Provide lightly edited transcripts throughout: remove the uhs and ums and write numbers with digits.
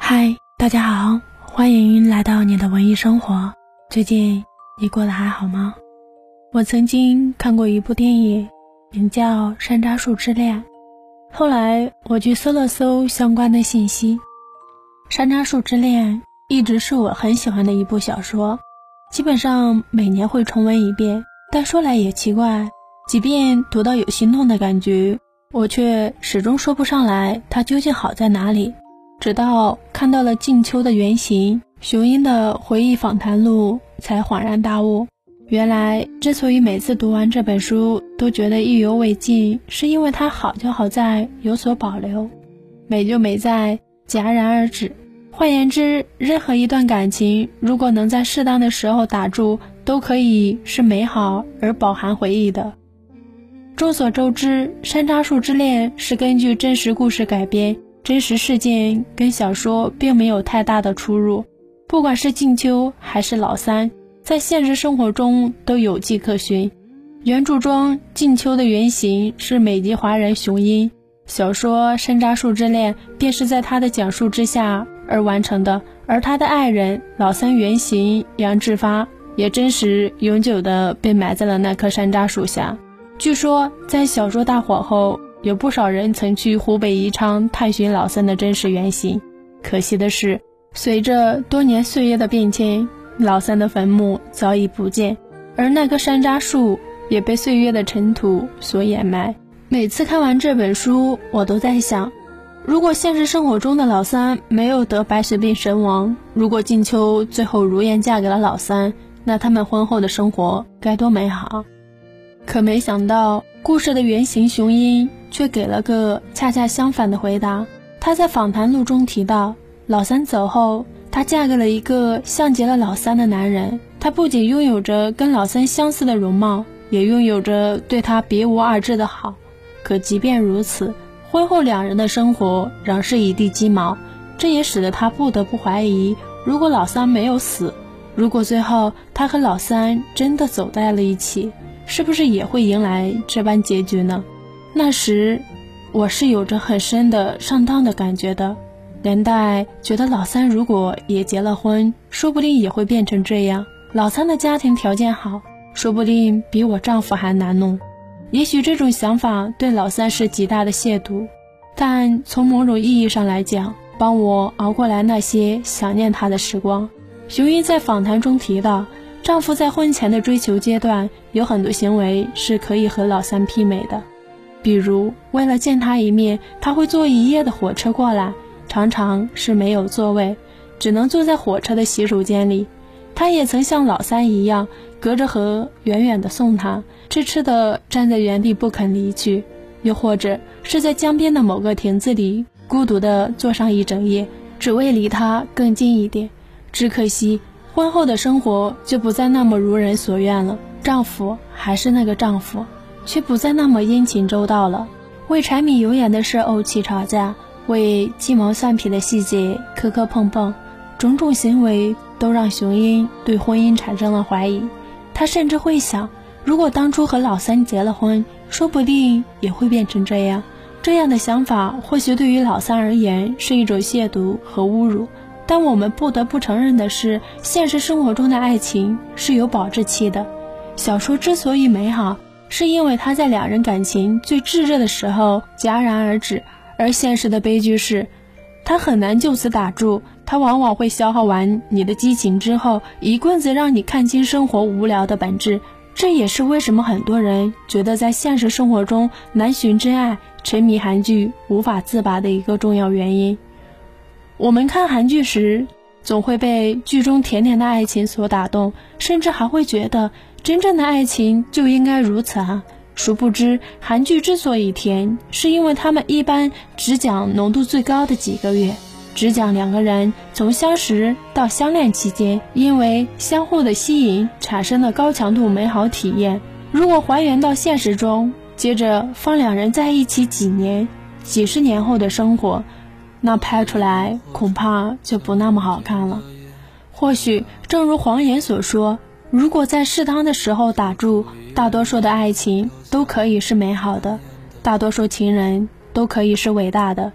嗨，大家好，欢迎来到你的文艺生活。最近你过得还好吗？我曾经看过一部电影，名叫《山楂树之恋》。后来我去搜了搜相关的信息，《山楂树之恋》一直是我很喜欢的一部小说，基本上每年会重温一遍。但说来也奇怪，即便读到有心动的感觉，我却始终说不上来它究竟好在哪里。直到看到了静秋的原型雄鹰的回忆访谈录，才恍然大悟，原来之所以每次读完这本书都觉得意犹未尽，是因为它好就好在有所保留，美就美在戛然而止。换言之，任何一段感情如果能在适当的时候打住，都可以是美好而饱含回忆的。众所周知，《山楂树之恋》是根据真实故事改编，真实事件跟小说并没有太大的出入，不管是静秋还是老三，在现实生活中都有迹可循。原著中静秋的原型是美籍华人雄鹰，小说《山楂树之恋》便是在他的讲述之下而完成的，而他的爱人老三原型杨志发也真实永久地被埋在了那棵山楂树下。据说在小说大火后，有不少人曾去湖北宜昌探寻老三的真实原型，可惜的是，随着多年岁月的变迁，老三的坟墓早已不见，而那棵山楂树也被岁月的尘土所掩埋。每次看完这本书，我都在想，如果现实生活中的老三没有得白血病身亡，如果静秋最后如愿嫁给了老三，那他们婚后的生活该多美好。可没想到，故事的原型雄鹰却给了个恰恰相反的回答。他在访谈录中提到，老三走后，她嫁给了一个像极了老三的男人，他不仅拥有着跟老三相似的容貌，也拥有着对他别无二致的好。可即便如此，婚后两人的生活仍是一地鸡毛，这也使得他不得不怀疑，如果老三没有死，如果最后他和老三真的走在了一起，是不是也会迎来这般结局呢？那时我是有着很深的上当的感觉的，连带觉得老三如果也结了婚，说不定也会变成这样。老三的家庭条件好，说不定比我丈夫还难弄。也许这种想法对老三是极大的亵渎，但从某种意义上来讲，帮我熬过来那些想念他的时光。雄鹰在访谈中提到，丈夫在婚前的追求阶段有很多行为是可以和老三媲美的，比如为了见他一面，他会坐一夜的火车过来，常常是没有座位，只能坐在火车的洗手间里。他也曾像老三一样，隔着河远远地送他，痴痴地站在原地不肯离去，又或者是在江边的某个亭子里孤独地坐上一整夜，只为离他更近一点。只可惜婚后的生活就不再那么如人所愿了，丈夫还是那个丈夫，却不再那么殷勤周到了，为柴米油盐的事怄气吵架，为鸡毛蒜皮的细节磕磕碰碰，种种行为都让雄鹰对婚姻产生了怀疑。他甚至会想，如果当初和老三结了婚，说不定也会变成这样。这样的想法或许对于老三而言是一种亵渎和侮辱，但我们不得不承认的是，现实生活中的爱情是有保质期的。小说之所以美好，是因为它在两人感情最炙热的时候戛然而止，而现实的悲剧是，它很难就此打住，它往往会消耗完你的激情之后，一棍子让你看清生活无聊的本质。这也是为什么很多人觉得在现实生活中难寻真爱，沉迷韩剧无法自拔的一个重要原因。我们看韩剧时，总会被剧中甜甜的爱情所打动，甚至还会觉得真正的爱情就应该如此啊。殊不知，韩剧之所以甜，是因为他们一般只讲浓度最高的几个月，只讲两个人从相识到相恋期间因为相互的吸引产生的高强度美好体验。如果还原到现实中，接着放两人在一起几年、几十年后的生活，那拍出来恐怕就不那么好看了。或许正如黄岩所说，如果在适当的时候打住，大多数的爱情都可以是美好的，大多数情人都可以是伟大的。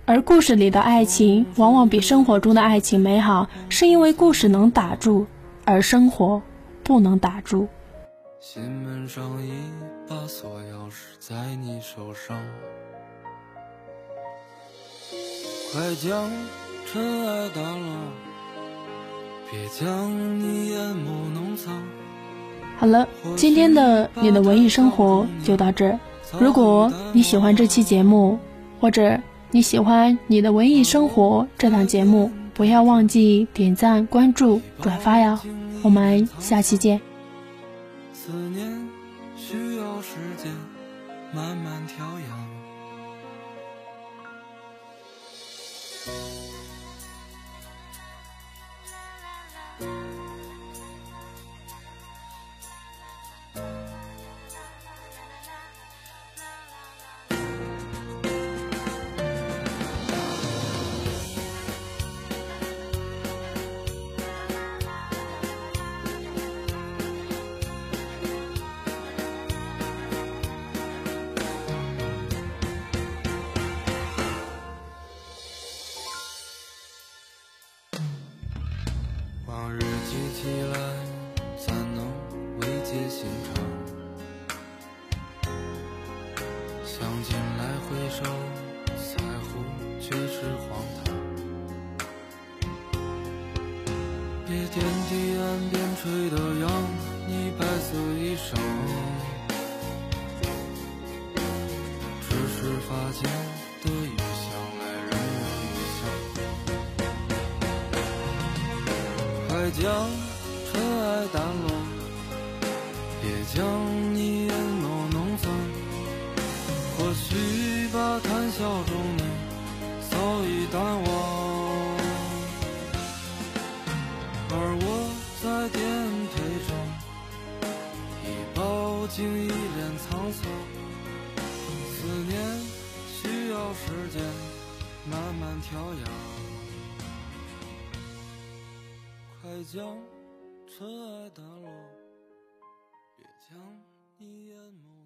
而故事里的爱情往往比生活中的爱情美好，是因为故事能打住，而生活不能打住。 心门上一把锁钥匙在你手上，快将尘埃掸落，别将你眼眸弄脏。 好了，今天的你的文艺生活就到这儿。如果你喜欢这期节目，或者你喜欢你的文艺生活这档节目，不要忘记点赞、关注、转发呀！我们下期见。 思念需要时间慢慢调养，往日记起来怎能慰藉心肠，想起来回首在乎却是荒唐，别天地岸边吹的扬你白色衣裳，只是发间的雨想来人有余香，快将尘埃掸落，别将你眼眸弄脏，或许把谈笑中你早已淡忘，而我在颠沛中已饱经一脸沧桑，思念需要时间慢慢调养，快将尘埃掸落，别将你眼眸